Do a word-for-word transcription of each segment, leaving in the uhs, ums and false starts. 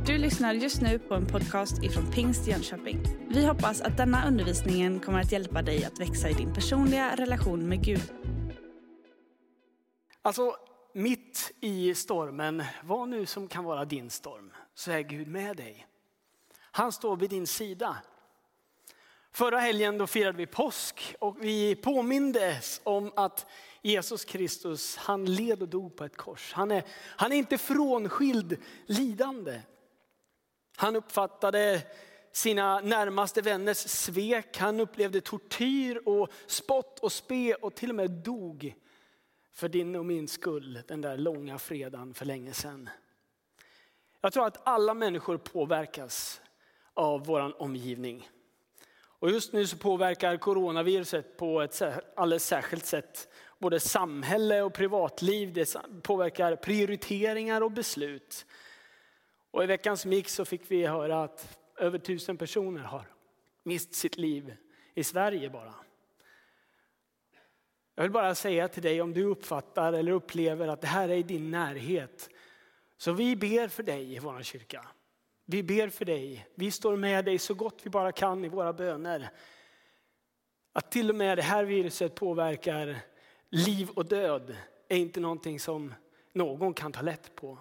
Du lyssnar just nu på en podcast ifrån Pingst Jönköping. Vi hoppas att denna undervisning kommer att hjälpa dig att växa i din personliga relation med Gud. Alltså, mitt i stormen, vad nu som kan vara din storm, så är Gud med dig. Han står vid din sida. Förra helgen då firade vi påsk och vi påmindes om att Jesus Kristus, han led och dog på ett kors. Han är, han är inte frånskild lidande. Han uppfattade sina närmaste vänners svek. Han upplevde tortyr och spott och spe och till och med dog för din och min skull den där långa fredagen för länge sedan. Jag tror att alla människor påverkas av våran omgivning. Och just nu så påverkar coronaviruset på ett alldeles särskilt sätt både samhälle och privatliv. Det påverkar prioriteringar och beslut. Och i veckans mix så fick vi höra att över tusen personer har mist sitt liv i Sverige bara. Jag vill bara säga till dig, om du uppfattar eller upplever att det här är i din närhet, så vi ber för dig i vår kyrka. Vi ber för dig. Vi står med dig så gott vi bara kan i våra böner. Att till och med det här viruset påverkar liv och död är inte någonting som någon kan ta lätt på.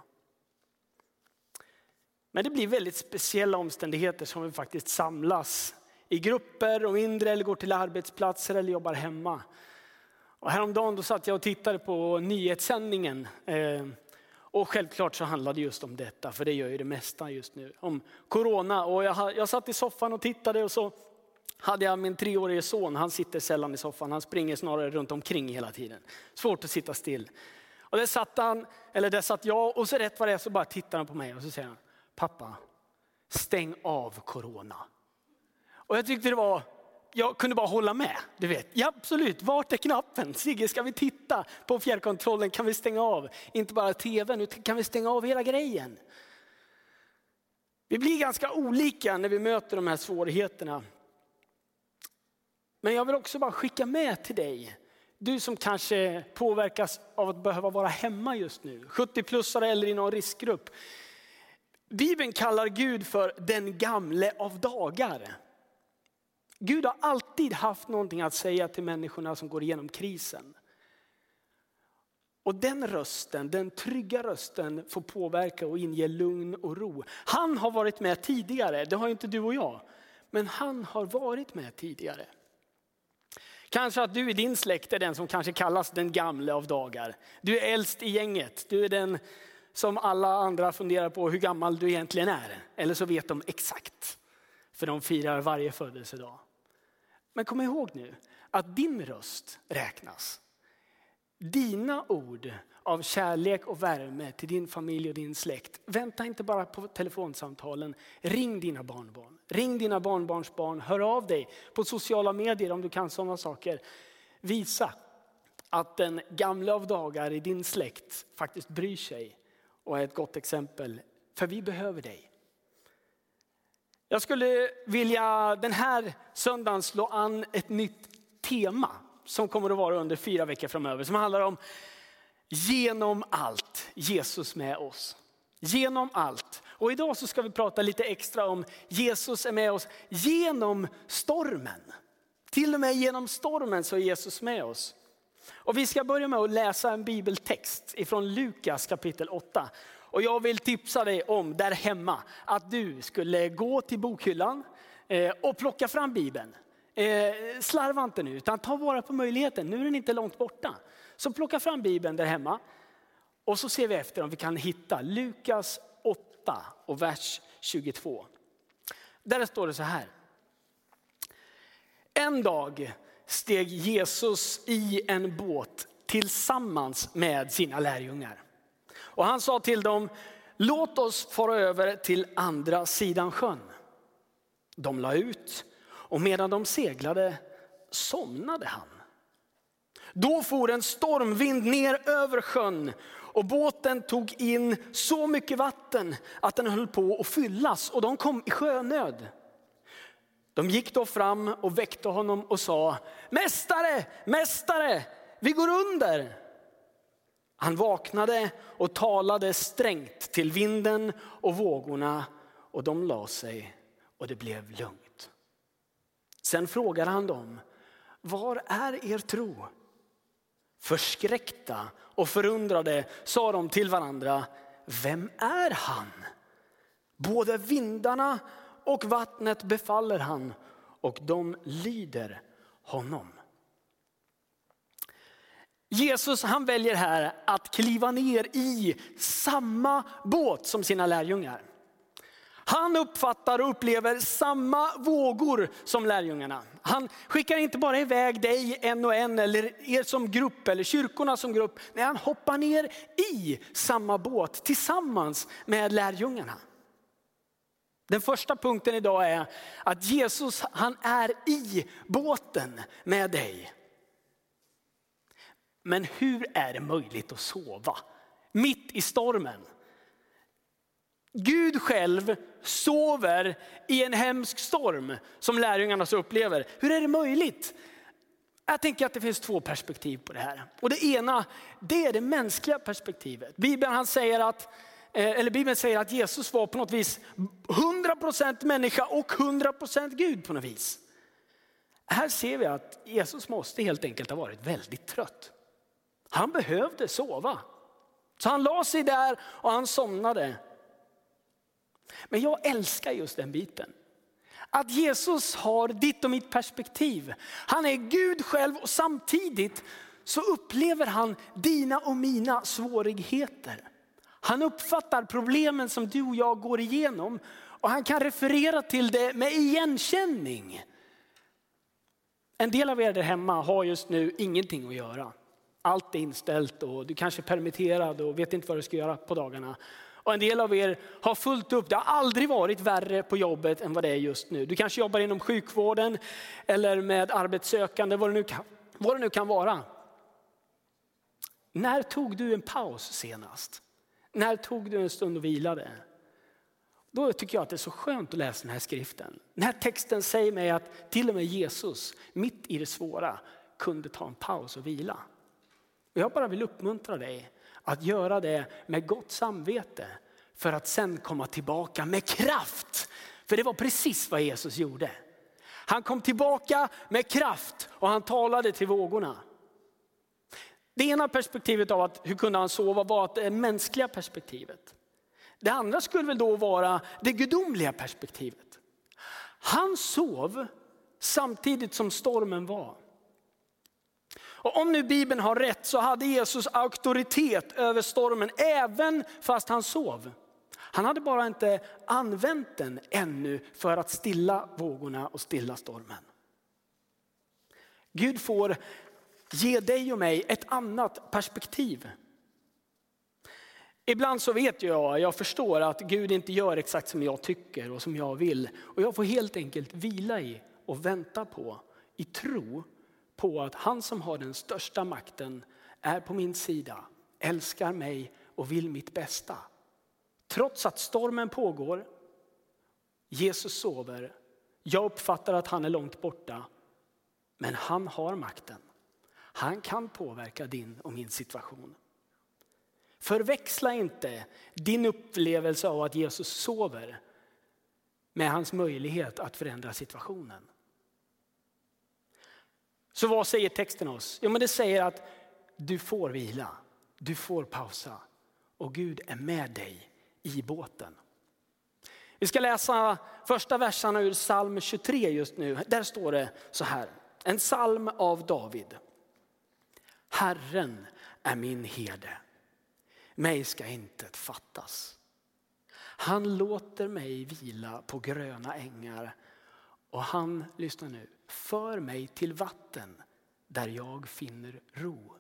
Men det blir väldigt speciella omständigheter som vi faktiskt samlas i grupper och mindre, eller går till arbetsplatser eller jobbar hemma. Och häromdagen då satt jag och tittade på nyhetssändningen. Eh, och självklart så handlade det just om detta, för det gör ju det mesta just nu. Om corona. Och jag, jag satt i soffan och tittade och så hade jag min treårige son. Han sitter sällan i soffan, han springer snarare runt omkring hela tiden. Svårt att sitta still. Och där satt han, eller där satt jag, och så rätt vad det är så bara tittar han på mig och så säger han: pappa, stäng av corona. Och jag tyckte det var, jag kunde bara hålla med. Du vet, ja absolut, vart är knappen? Sigge, ska vi titta på fjärrkontrollen? Kan vi stänga av? Inte bara tvn, utan kan vi stänga av hela grejen? Vi blir ganska olika när vi möter de här svårigheterna. Men jag vill också bara skicka med till dig, du som kanske påverkas av att behöva vara hemma just nu, sjuttio-plussare eller i någon riskgrupp. Bibeln kallar Gud för den gamle av dagar. Gud har alltid haft någonting att säga till människorna som går igenom krisen. Och den rösten, den trygga rösten, får påverka och inge lugn och ro. Han har varit med tidigare, det har inte du och jag. Men han har varit med tidigare. Kanske att du i din släkt är den som kanske kallas den gamle av dagar. Du är äldst i gänget, du är den som alla andra funderar på hur gammal du egentligen är. Eller så vet de exakt, för de firar varje födelsedag. Men kom ihåg nu att din röst räknas. Dina ord av kärlek och värme till din familj och din släkt. Vänta inte bara på telefonsamtalen. Ring dina barnbarn. Ring dina barnbarnsbarn. Hör av dig på sociala medier om du kan sådana saker. Visa att den gamla av dagar i din släkt faktiskt bryr sig och är ett gott exempel. För vi behöver dig. Jag skulle vilja den här söndagen slå an ett nytt tema som kommer att vara under fyra veckor framöver. Som handlar om genom allt, Jesus med oss. Genom allt. Och idag så ska vi prata lite extra om Jesus är med oss genom stormen. Till och med genom stormen så är Jesus med oss. Och vi ska börja med att läsa en bibeltext ifrån Lukas kapitel åtta. Och jag vill tipsa dig om där hemma att du skulle gå till bokhyllan och plocka fram Bibeln. Slarva inte nu, utan ta vara på möjligheten. Nu är den inte långt borta. Så plocka fram Bibeln där hemma. Och så ser vi efter om vi kan hitta Lukas åtta och vers tjugotvå. Där står det så här. En dag steg Jesus i en båt tillsammans med sina lärjungar. Och han sa till dem: låt oss fara över till andra sidan sjön. De la ut, och medan de seglade somnade han. Då for en stormvind ner över sjön, och båten tog in så mycket vatten att den höll på att fyllas, och de kom i sjönöd. De gick då fram och väckte honom och sa: mästare, mästare, vi går under. Han vaknade och talade strängt till vinden och vågorna, och de la sig och det blev lugnt. Sen frågade han dem, var är er tro? Förskräckta och förundrade sa de till varandra, vem är han? Både vindarna och vattnet befaller han och de lyder honom. Jesus han väljer här att kliva ner i samma båt som sina lärjungar. Han uppfattar och upplever samma vågor som lärjungarna. Han skickar inte bara iväg dig en och en eller er som grupp eller kyrkorna som grupp. Nej, han hoppar ner i samma båt tillsammans med lärjungarna. Den första punkten idag är att Jesus han är i båten med dig. Men hur är det möjligt att sova mitt i stormen? Gud själv sover i en hemsk storm som lärjungarna så upplever. Hur är det möjligt? Jag tänker att det finns två perspektiv på det här. Och det ena, det är det mänskliga perspektivet. Bibeln, han säger att, eller Bibeln säger att Jesus var på något vis hundra procent människa och hundra procent Gud på något vis. Här ser vi att Jesus måste helt enkelt ha varit väldigt trött. Han behövde sova. Så han la sig där och han somnade. Men jag älskar just den biten. Att Jesus har ditt och mitt perspektiv. Han är Gud själv och samtidigt så upplever han dina och mina svårigheter. Han uppfattar problemen som du och jag går igenom och han kan referera till det med igenkänning. En del av er där hemma har just nu ingenting att göra. Allt är inställt och du kanske är permitterad och vet inte vad du ska göra på dagarna. Och en del av er har fullt upp. Det har aldrig varit värre på jobbet än vad det är just nu. Du kanske jobbar inom sjukvården eller med arbetssökande, vad det nu kan, vad det nu kan vara. När tog du en paus senast? När tog du en stund och vilade? Då tycker jag att det är så skönt att läsa den här skriften. Den här texten säger mig att till och med Jesus, mitt i det svåra, kunde ta en paus och vila. Och jag bara vill uppmuntra dig att göra det med gott samvete för att sen komma tillbaka med kraft. För det var precis vad Jesus gjorde. Han kom tillbaka med kraft och han talade till vågorna. Det ena perspektivet av att hur kunde han sova var att det mänskliga perspektivet. Det andra skulle väl då vara det gudomliga perspektivet. Han sov samtidigt som stormen var. Och om nu Bibeln har rätt så hade Jesus auktoritet över stormen även fast han sov. Han hade bara inte använt den ännu för att stilla vågorna och stilla stormen. Gud får ge dig och mig ett annat perspektiv. Ibland så vet jag, jag förstår att Gud inte gör exakt som jag tycker och som jag vill. Och jag får helt enkelt vila i och vänta på, i tro på att han som har den största makten är på min sida, älskar mig och vill mitt bästa. Trots att stormen pågår, Jesus sover, jag uppfattar att han är långt borta, men han har makten. Han kan påverka din och min situation. Förväxla inte din upplevelse av att Jesus sover med hans möjlighet att förändra situationen. Så vad säger texten oss? Jo, men det säger att du får vila, du får pausa och Gud är med dig i båten. Vi ska läsa första verserna ur psalm tjugotre just nu. Där står det så här, en psalm av David. Herren är min herde, mig ska inte fattas. Han låter mig vila på gröna ängar och han, lyssna nu, för mig till vatten där jag finner ro.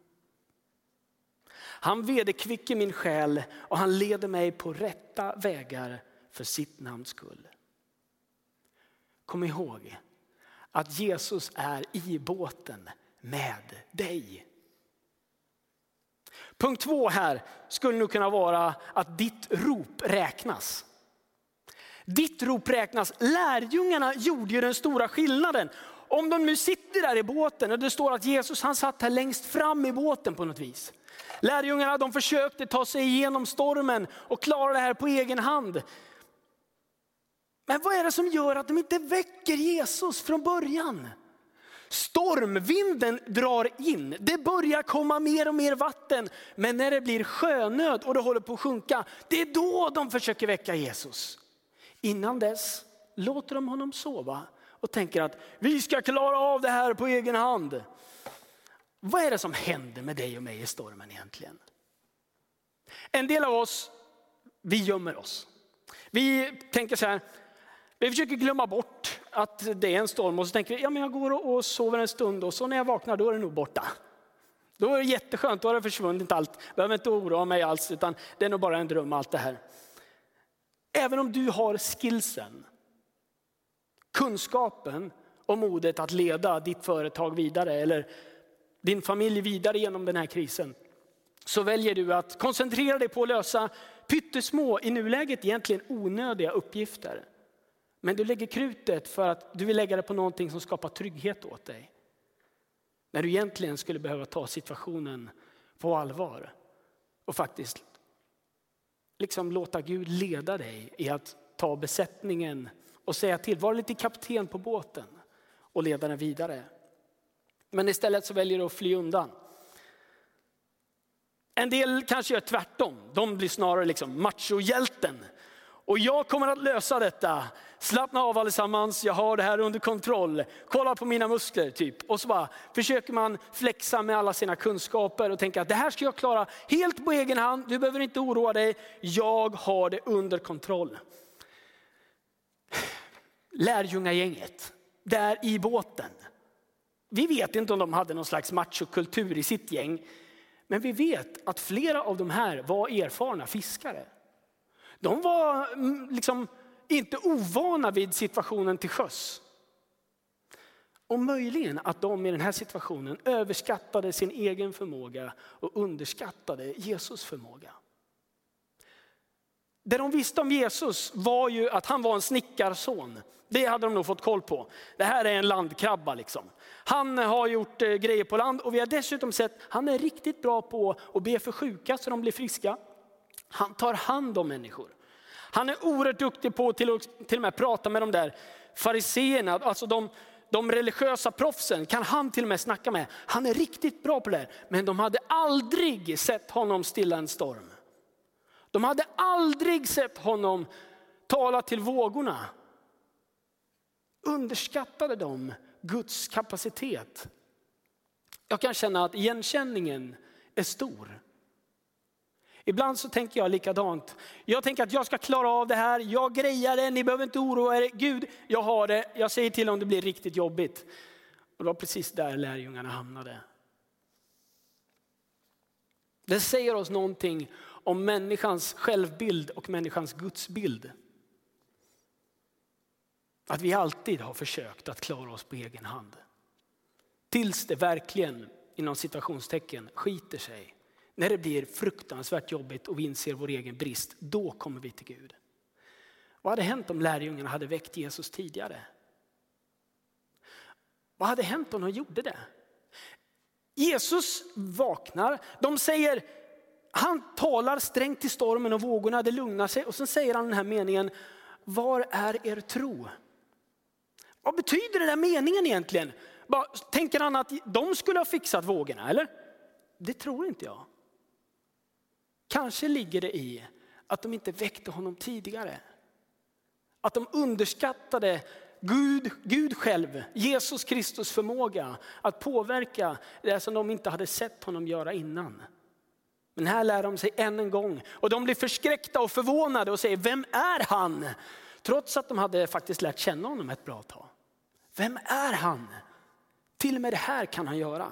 Han vederkvicker min själ och han leder mig på rätta vägar för sitt namns skull. Kom ihåg att Jesus är i båten med dig. Punkt två här skulle nog kunna vara att ditt rop räknas. Ditt rop räknas. Lärjungarna gjorde ju den stora skillnaden. Om de nu sitter där i båten och det står att Jesus han satt här längst fram i båten på något vis. Lärjungarna de försökte ta sig igenom stormen och klara det här på egen hand. Men vad är det som gör att de inte väcker Jesus från början? Stormvinden drar in. Det börjar komma mer och mer vatten. Men när det blir sjönöd och det håller på att sjunka, det är då de försöker väcka Jesus. Innan dess låter de honom sova och tänker att vi ska klara av det här på egen hand. Vad är det som händer med dig och mig i stormen egentligen? En del av oss, vi gömmer oss. Vi tänker så här, vi försöker glömma bort att det är en storm och så tänker vi, ja men jag går och sover en stund och så när jag vaknar då är det nog borta. Då är det jätteskönt, då har det försvunnit allt. Jag behöver inte oroa mig alls utan det är nog bara en dröm allt det här. Även om du har skillsen, kunskapen och modet att leda ditt företag vidare eller din familj vidare genom den här krisen, så väljer du att koncentrera dig på att lösa pyttesmå, i nuläget egentligen onödiga uppgifter. Men du lägger krutet för att du vill lägga det på någonting som skapar trygghet åt dig. När du egentligen skulle behöva ta situationen på allvar och faktiskt liksom låta Gud leda dig i att ta besättningen och säga till, var lite kapten på båten och leda den vidare. Men istället så väljer du att fly undan. En del kanske gör tvärtom. De blir snarare liksom machohjälten. Och jag kommer att lösa detta. Slappna av allesammans, jag har det här under kontroll. Kolla på mina muskler typ. Och så bara försöker man flexa med alla sina kunskaper och tänka att det här ska jag klara helt på egen hand. Du behöver inte oroa dig, jag har det under kontroll. Lärjungagänget, där i båten. Vi vet inte om de hade någon slags machokultur i sitt gäng. Men vi vet att flera av de här var erfarna fiskare. De var liksom inte ovana vid situationen till sjöss. Och möjligen att de i den här situationen överskattade sin egen förmåga och underskattade Jesus förmåga. Det de visste om Jesus var ju att han var en snickarson. Det hade de nog fått koll på. Det här är en landkrabba liksom. Han har gjort eh, grejer på land och vi har dessutom sett att han är riktigt bra på att be för sjuka så de blir friska. Han tar hand om människor. Han är oerhört duktig på att till, till och med prata med de där fariseerna, alltså de, de religiösa proffsen kan han till och med snacka med. Han är riktigt bra på det, men de hade aldrig sett honom stilla en storm. De hade aldrig sett honom tala till vågorna. Underskattade de Guds kapacitet? Jag kan känna att igenkänningen är stor. Ibland så tänker jag likadant. Jag tänker att jag ska klara av det här. Jag grejar det, ni behöver inte oroa er. Gud, jag har det. Jag säger till om det blir riktigt jobbigt. Och det var precis där lärjungarna hamnade. Det säger oss någonting om människans självbild och människans gudsbild. Att vi alltid har försökt att klara oss på egen hand. Tills det verkligen, inom situationstecken, skiter sig. När det blir fruktansvärt jobbigt och vi inser vår egen brist, då kommer vi till Gud. Vad hade hänt om lärjungarna hade väckt Jesus tidigare? Vad hade hänt om de gjorde det? Jesus vaknar, de säger, han talar strängt till stormen och vågorna, det lugnar sig. Och sen säger han den här meningen, var är er tro? Vad betyder den där meningen egentligen? Bara, tänker han att de skulle ha fixat vågorna, eller? Det tror inte jag. Kanske ligger det i att de inte väckte honom tidigare. Att de underskattade Gud, Gud själv, Jesus Kristus förmåga att påverka det som de inte hade sett honom göra innan. Men här lär de sig än en gång. Och de blir förskräckta och förvånade och säger, vem är han? Trots att de hade faktiskt lärt känna honom ett bra tag. Vem är han? Till och med det här kan han göra.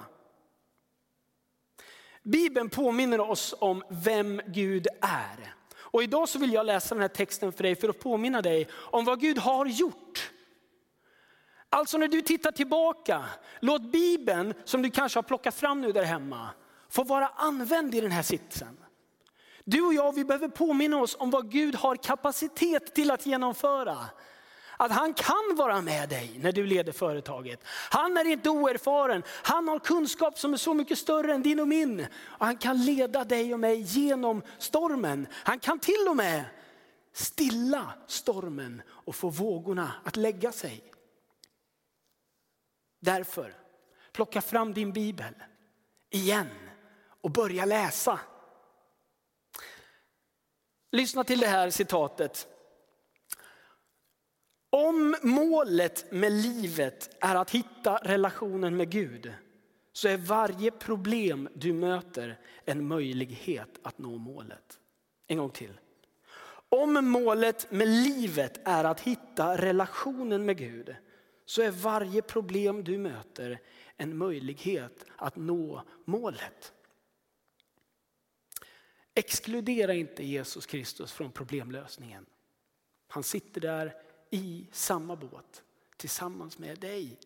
Bibeln påminner oss om vem Gud är. Och idag så vill jag läsa den här texten för dig för att påminna dig om vad Gud har gjort. Alltså när du tittar tillbaka, låt Bibeln som du kanske har plockat fram nu där hemma få vara använd i den här sitsen. Du och jag, vi behöver påminna oss om vad Gud har kapacitet till att genomföra. Att han kan vara med dig när du leder företaget. Han är inte oerfaren. Han har kunskap som är så mycket större än din och min. Och han kan leda dig och mig genom stormen. Han kan till och med stilla stormen och få vågorna att lägga sig. Därför, plocka fram din bibel igen och börja läsa. Lyssna till det här citatet. Om målet med livet är att hitta relationen med Gud, så är varje problem du möter en möjlighet att nå målet. En gång till. Om målet med livet är att hitta relationen med Gud, så är varje problem du möter en möjlighet att nå målet. Exkludera inte Jesus Kristus från problemlösningen. Han sitter där i samma båt tillsammans med dig.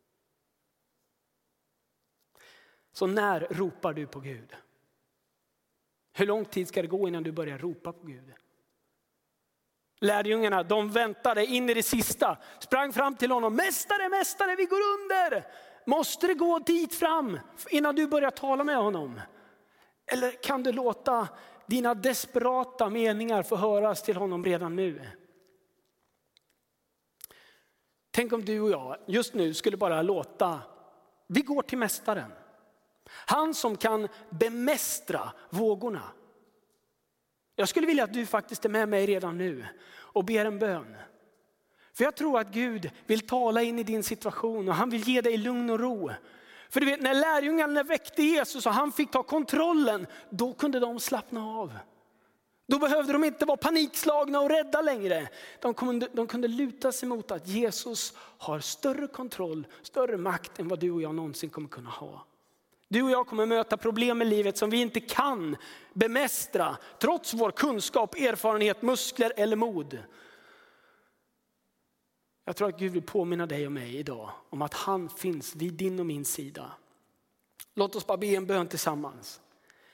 Så när ropar du på Gud? Hur lång tid ska det gå innan du börjar ropa på Gud? Lärjungarna, de väntade in i det sista. Sprang fram till honom. Mästare, mästare, vi går under. Måste det gå dit fram innan du börjar tala med honom? Eller kan du låta dina desperata meningar få höras till honom redan nu? Tänk om du och jag just nu skulle bara låta, vi går till mästaren. Han som kan bemästra vågorna. Jag skulle vilja att du faktiskt är med mig redan nu och ber en bön. För jag tror att Gud vill tala in i din situation och han vill ge dig lugn och ro. För du vet, när lärjungarna väckte Jesus och han fick ta kontrollen, då kunde de slappna av. Då behövde de inte vara panikslagna och rädda längre. De kunde, de kunde luta sig mot att Jesus har större kontroll, större makt än vad du och jag någonsin kommer kunna ha. Du och jag kommer möta problem i livet som vi inte kan bemästra, trots vår kunskap, erfarenhet, muskler eller mod. Jag tror att Gud vill påminna dig och mig idag om att han finns vid din och min sida. Låt oss bara be en bön tillsammans.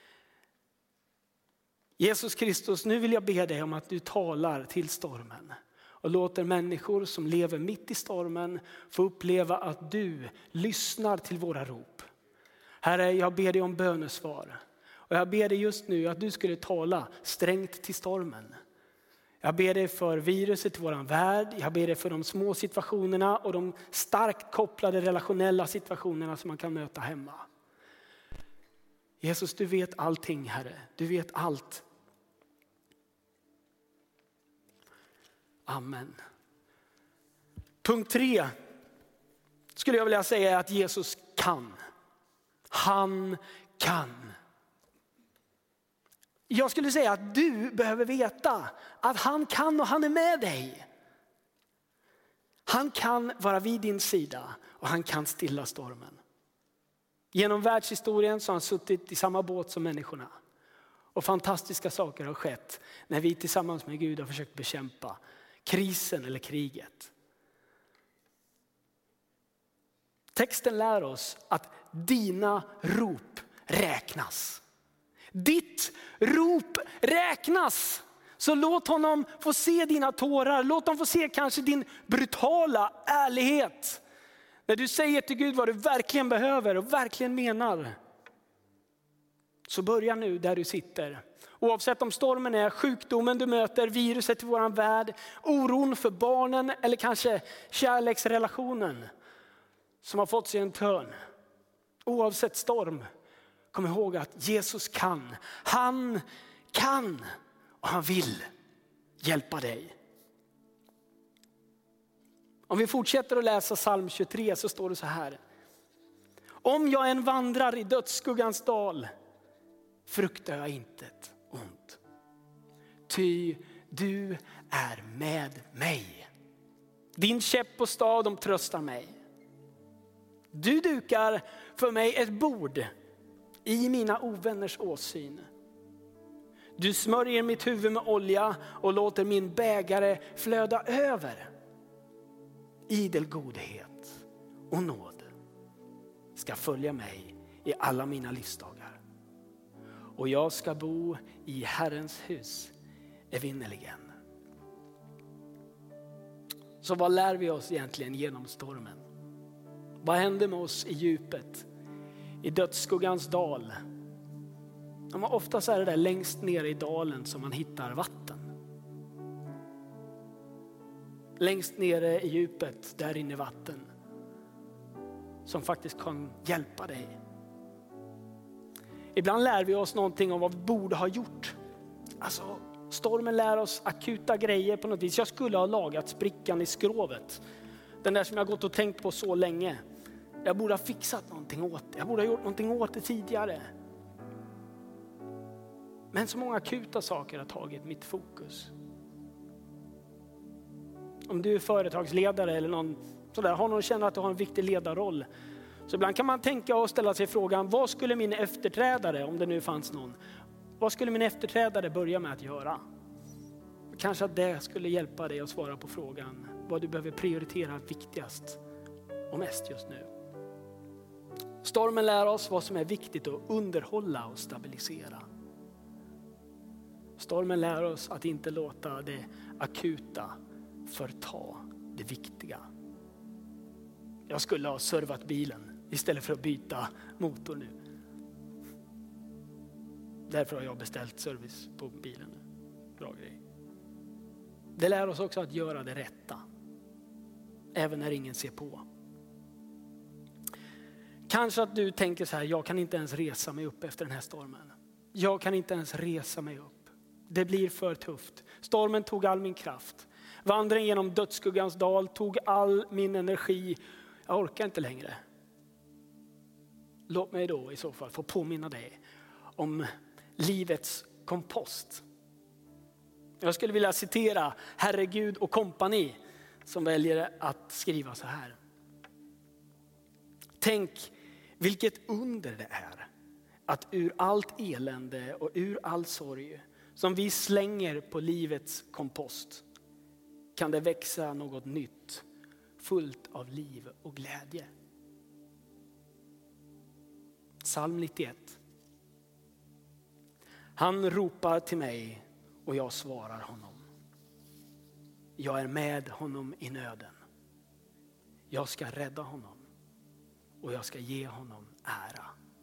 Jesus Kristus, nu vill jag be dig om att du talar till stormen. Och låter människor som lever mitt i stormen få uppleva att du lyssnar till våra rop. Herre, jag ber dig om bönesvar. Och jag ber dig just nu att du skulle tala strängt till stormen. Jag ber dig för viruset i våran värld. Jag ber dig för de små situationerna och de starkt kopplade relationella situationerna som man kan möta hemma. Jesus, du vet allting, Herre. Du vet allt. Amen. Punkt tre skulle jag vilja säga är att Jesus kan. Han kan. Jag skulle säga att du behöver veta att han kan och han är med dig. Han kan vara vid din sida och han kan stilla stormen. Genom världshistorien så har han suttit i samma båt som människorna. Och fantastiska saker har skett när vi tillsammans med Gud har försökt bekämpa krisen eller kriget. Texten lär oss att dina rop räknas. Ditt rop räknas. Så låt honom få se dina tårar. Låt honom få se kanske din brutala ärlighet. När du säger till Gud vad du verkligen behöver och verkligen menar. Så börja nu där du sitter. Oavsett om stormen är sjukdomen du möter, viruset i våran värld, oron för barnen eller kanske kärleksrelationen som har fått sig en törn. Oavsett storm, kom ihåg att Jesus kan. Han kan och han vill hjälpa dig. Om vi fortsätter att läsa psalm tjugotre så står det så här. Om jag än vandrar i dödsskuggans dal fruktar jag intet ont. Ty du är med mig. Din käpp och stav de tröstar mig. Du dukar för mig ett bord i mina ovänners åsyn. Du smörjer mitt huvud med olja och låter min bägare flöda över. Idel godhet och nåd ska följa mig i alla mina livsdagar. Och jag ska bo i Herrens hus evinnerligen. Så vad lär vi oss egentligen genom stormen? Vad händer med oss i djupet? I dödsskuggans dal. Ja, ofta så är det där längst ner i dalen som man hittar vatten. längst nere i djupet, där inne i vatten, som faktiskt kan hjälpa dig. Ibland lär vi oss någonting om vad vi borde ha gjort. Alltså, stormen lär oss akuta grejer på något vis. Jag skulle ha lagat sprickan i skrovet. Den där som jag gått och tänkt på så länge. Jag borde ha fixat någonting åt det. Jag borde ha gjort någonting åt det tidigare. Men så många akuta saker har tagit mitt fokus. Om du är företagsledare eller någon sådär, har någon känner att du har en viktig ledarroll. Så ibland kan man tänka och ställa sig frågan, vad skulle min efterträdare, om det nu fanns någon, vad skulle min efterträdare börja med att göra? Kanske att det skulle hjälpa dig att svara på frågan vad du behöver prioritera viktigast och mest just nu. Stormen lär oss vad som är viktigt att underhålla och stabilisera. Stormen lär oss att inte låta det akuta förta det viktiga. Jag skulle ha servat bilen istället för att byta motor nu. Därför har jag beställt service på bilen nu. Bra grej. Det lär oss också att göra det rätta. Även när ingen ser på. Kanske att du tänker så här, jag kan inte ens resa mig upp efter den här stormen. Jag kan inte ens resa mig upp. Det blir för tufft. Stormen tog all min kraft. Vandringen genom dödsskuggans dal tog all min energi. Jag orkar inte längre. Låt mig då i så fall få påminna dig om livets kompost. Jag skulle vilja citera Herre Gud och kompani som väljer att skriva så här. Tänk vilket under det är att ur allt elände och ur all sorg som vi slänger på livets kompost kan det växa något nytt fullt av liv och glädje. Psalm nittioett. Han ropar till mig och jag svarar honom. Jag är med honom i nöden. Jag ska rädda honom och jag ska ge honom ära.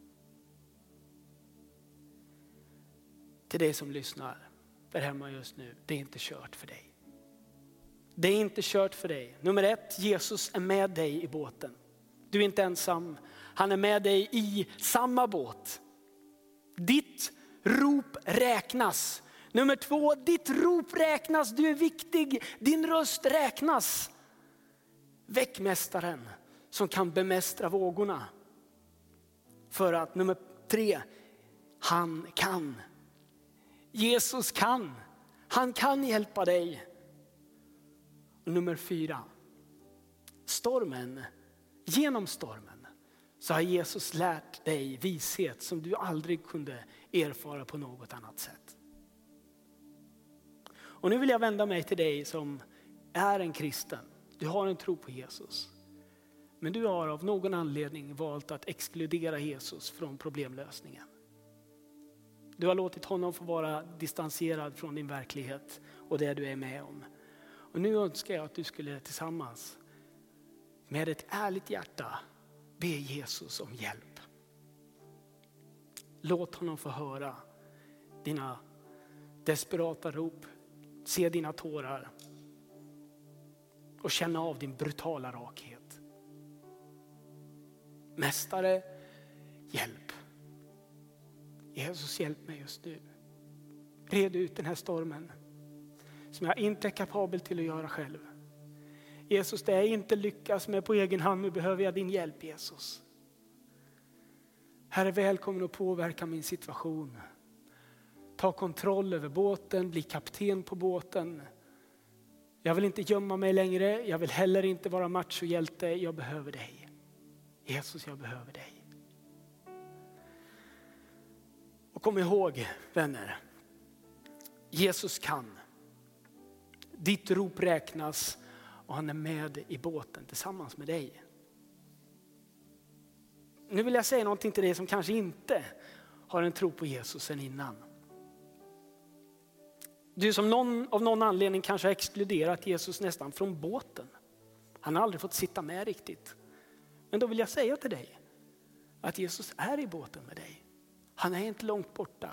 Till dig som lyssnar där hemma just nu, det är inte kört för dig. Det är inte kört för dig. Nummer ett, Jesus är med dig i båten. Du är inte ensam. Han är med dig i samma båt. Ditt rop räknas. Nummer två, ditt rop räknas. Du är viktig. Din röst räknas. Väckmästaren som kan bemästra vågorna. För att nummer tre, han kan. Jesus kan. Han kan hjälpa dig. Och nummer fyra, stormen. Genom stormen så har Jesus lärt dig vishet som du aldrig kunde erfara på något annat sätt. Och nu vill jag vända mig till dig som är en kristen. Du har en tro på Jesus. Men du har av någon anledning valt att exkludera Jesus från problemlösningen. Du har låtit honom få vara distanserad från din verklighet och det du är med om. Och nu önskar jag att du skulle tillsammans med ett ärligt hjärta be Jesus om hjälp. Låt honom få höra dina desperata rop, se dina tårar och känna av din brutala rakhet. Mästare, hjälp. Jesus, hjälp mig just nu. Red ut den här stormen som jag inte är kapabel till att göra själv. Jesus, det jag inte lyckas med på egen hand, nu behöver jag din hjälp, Jesus. Herre, välkommen att påverka min situation. Ta kontroll över båten, bli kapten på båten. Jag vill inte gömma mig längre, jag vill heller inte vara machohjälte, jag behöver dig. Jesus, jag behöver dig. Och kom ihåg, vänner, Jesus kan. Ditt rop räknas och han är med i båten tillsammans med dig. Nu vill jag säga någonting till dig som kanske inte har en tro på Jesus sen innan. Du som någon, av någon anledning kanske har exkluderat Jesus nästan från båten. Han har aldrig fått sitta med riktigt. Men då vill jag säga till dig att Jesus är i båten med dig. Han är inte långt borta.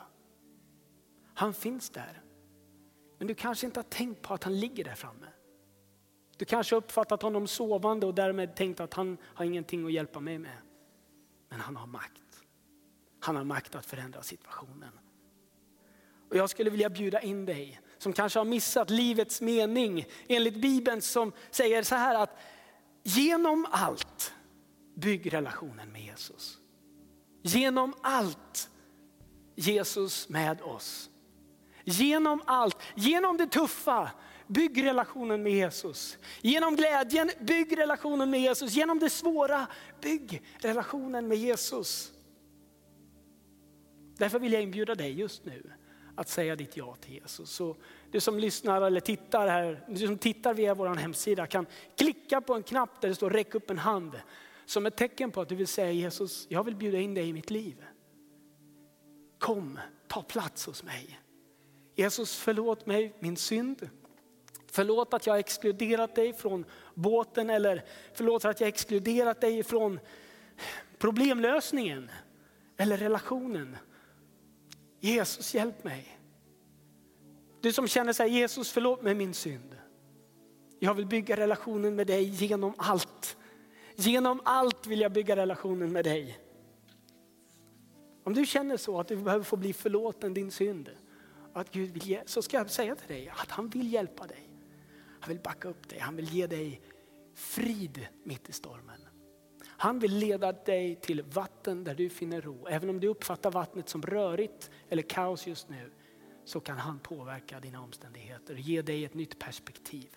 Han finns där. Men du kanske inte har tänkt på att han ligger där framme. Du kanske har uppfattat honom sovande och därmed tänkt att han har ingenting att hjälpa mig med. Men han har makt. Han har makt att förändra situationen. Och jag skulle vilja bjuda in dig som kanske har missat livets mening enligt Bibeln, som säger så här att genom allt bygg relationen med Jesus. Genom allt Jesus med oss. Genom allt, genom det tuffa, bygg relationen med Jesus. Genom glädjen, bygg relationen med Jesus. Genom det svåra, bygg relationen med Jesus. Därför vill jag inbjuda dig just nu att säga ditt ja till Jesus. Så du som lyssnar eller tittar här, du som tittar via vår hemsida kan klicka på en knapp där det står räck upp en hand. Som ett tecken på att du vill säga Jesus, jag vill bjuda in dig i mitt liv. Kom, ta plats hos mig. Jesus, förlåt mig min synd. Förlåt att jag har exkluderat dig från båten, eller förlåt att jag har exkluderat dig från problemlösningen eller relationen. Jesus, hjälp mig. Du som känner sig, Jesus, förlåt mig min synd. Jag vill bygga relationen med dig genom allt. Genom allt vill jag bygga relationen med dig. Om du känner så att du behöver få bli förlåten din synd, att Gud vill ge, så ska jag säga till dig att han vill hjälpa dig. Han vill backa upp dig. Han vill ge dig frid mitt i stormen. Han vill leda dig till vatten där du finner ro. Även om du uppfattar vattnet som rörigt eller kaos just nu, så kan han påverka dina omständigheter och ge dig ett nytt perspektiv.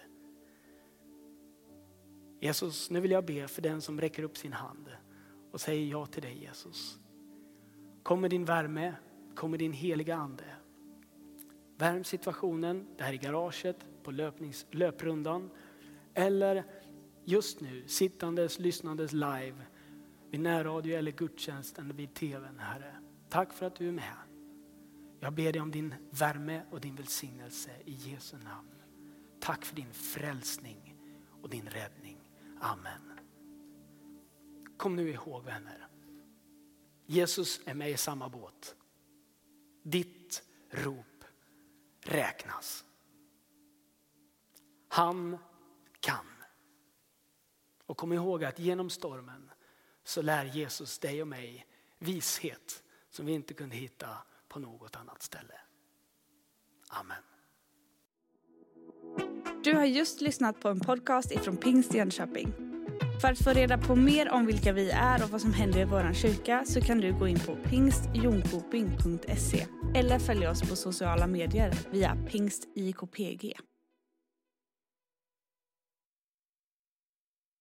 Jesus, nu vill jag be för den som räcker upp sin hand och säger ja till dig, Jesus. Kom med din värme, kom med din heliga ande. Värm situationen där i garaget, på löpnings, löprundan eller just nu sittandes, lyssnandes live vid närradio eller gudstjänsten vid tvn, Herre. Tack för att du är med. Jag ber dig om din värme och din välsignelse i Jesu namn. Tack för din frälsning och din räddning. Amen. Kom nu ihåg, vänner. Jesus är med i samma båt. Ditt rop räknas. Han kan. Och kom ihåg att genom stormen så lär Jesus dig och mig vishet som vi inte kunde hitta på något annat ställe. Amen. Du har just lyssnat på en podcast ifrån Pingst Jönköping. För att få reda på mer om vilka vi är och vad som händer i vår kyrka så kan du gå in på pingst jonkoping punkt se eller följa oss på sociala medier via pingst I K P G.